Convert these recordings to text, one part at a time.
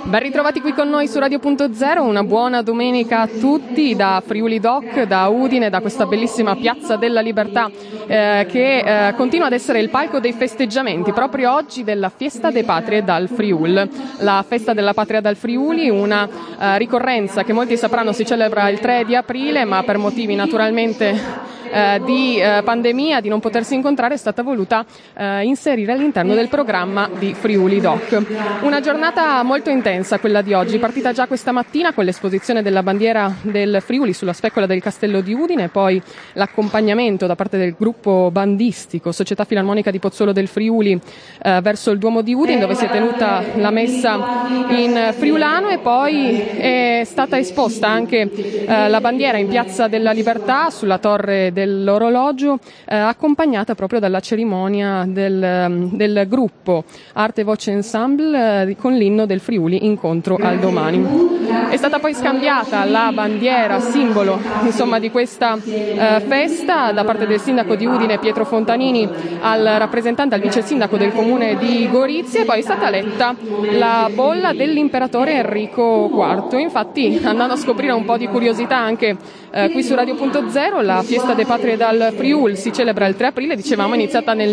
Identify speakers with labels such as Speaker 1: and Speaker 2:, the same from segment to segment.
Speaker 1: Ben ritrovati qui con noi su Radio.0, una buona domenica a tutti da Friuli Doc, da Udine, da questa bellissima Piazza della Libertà che continua ad essere il palco dei festeggiamenti proprio oggi della Fiesta de Patrie dal Friul. La Festa della Patria dal Friuli, una ricorrenza che molti sapranno si celebra il 3 di aprile, ma per motivi naturalmente di pandemia, di non potersi incontrare, è stata voluta inserire all'interno del programma di Friuli Doc. Una giornata molto intensa quella di oggi, partita già questa mattina con l'esposizione della bandiera del Friuli sulla speccola del Castello di Udine, poi l'accompagnamento da parte del gruppo bandistico Società Filarmonica di Pozzuolo del Friuli verso il Duomo di Udine, dove si è tenuta la messa in friulano, e poi è stata esposta anche la bandiera in Piazza della Libertà sulla torre dell'orologio, accompagnata proprio dalla cerimonia del gruppo Arte Voce Ensemble con l'inno del Friuli, Incontro al domani. È stata poi scambiata la bandiera, simbolo insomma di questa festa, da parte del sindaco di Udine Pietro Fontanini al rappresentante, al vice sindaco del comune di Gorizia, e poi è stata letta la bolla dell'imperatore Enrico IV. Infatti, andando a scoprire un po' di curiosità anche qui su Radio.0, la Fiesta de Patrie dal Friul si celebra il 3 aprile, dicevamo, è iniziata nel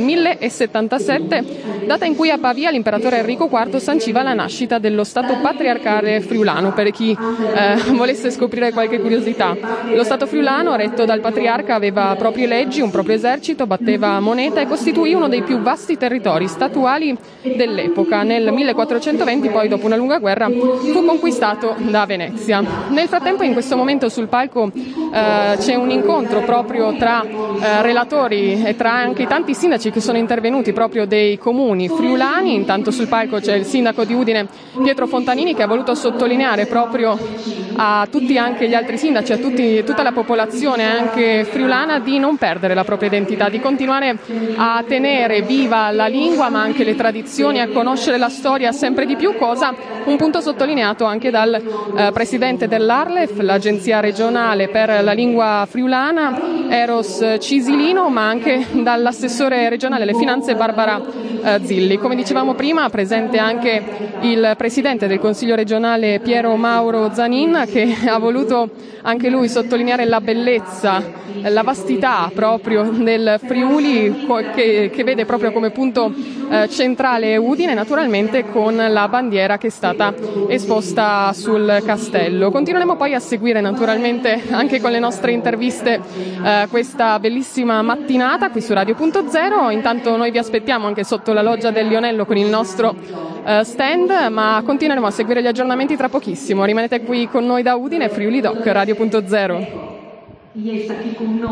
Speaker 1: 1077, data in cui a Pavia l'imperatore Enrico IV sanciva la nascita dello Stato patriarcale friulano, per chi volesse scoprire qualche curiosità. Lo Stato friulano, retto dal patriarca, aveva proprie leggi, un proprio esercito, batteva moneta e costituì uno dei più vasti territori statuali dell'epoca. Nel 1420, poi, dopo una lunga guerra, fu conquistato da Venezia. Nel frattempo, in questo momento sul palco c'è un incontro proprio tra relatori e tra anche i tanti sindaci che sono intervenuti proprio dei comuni friulani. Intanto sul palco c'è il sindaco di Udine Pietro Fontanini, che ha voluto sottolineare proprio a tutti anche gli altri sindaci, a tutta la popolazione anche friulana, di non perdere la propria identità, di continuare a tenere viva la lingua ma anche le tradizioni, a conoscere la storia sempre di più, cosa un punto sottolineato anche dal presidente dell'Arlef, l'agenzia regionale per la lingua friulana, Eros Cisilino, ma anche dall'assessore regionale alle finanze Barbara Zilli. Come dicevamo prima, presente anche il presidente del Consiglio regionale Piero Mauro Zanin, che ha voluto anche lui sottolineare la bellezza, la vastità proprio del Friuli, che vede proprio come punto centrale Udine, naturalmente con la bandiera che è stata esposta sul castello. Continueremo poi a seguire naturalmente anche con le nostre interviste questa bellissima mattinata qui su Radio.0. Intanto noi vi aspettiamo anche sotto la loggia del Lionello con il nostro stand, ma continueremo a seguire gli aggiornamenti tra pochissimo. Rimanete qui con noi da Udine, Friuli Doc, Radio.0.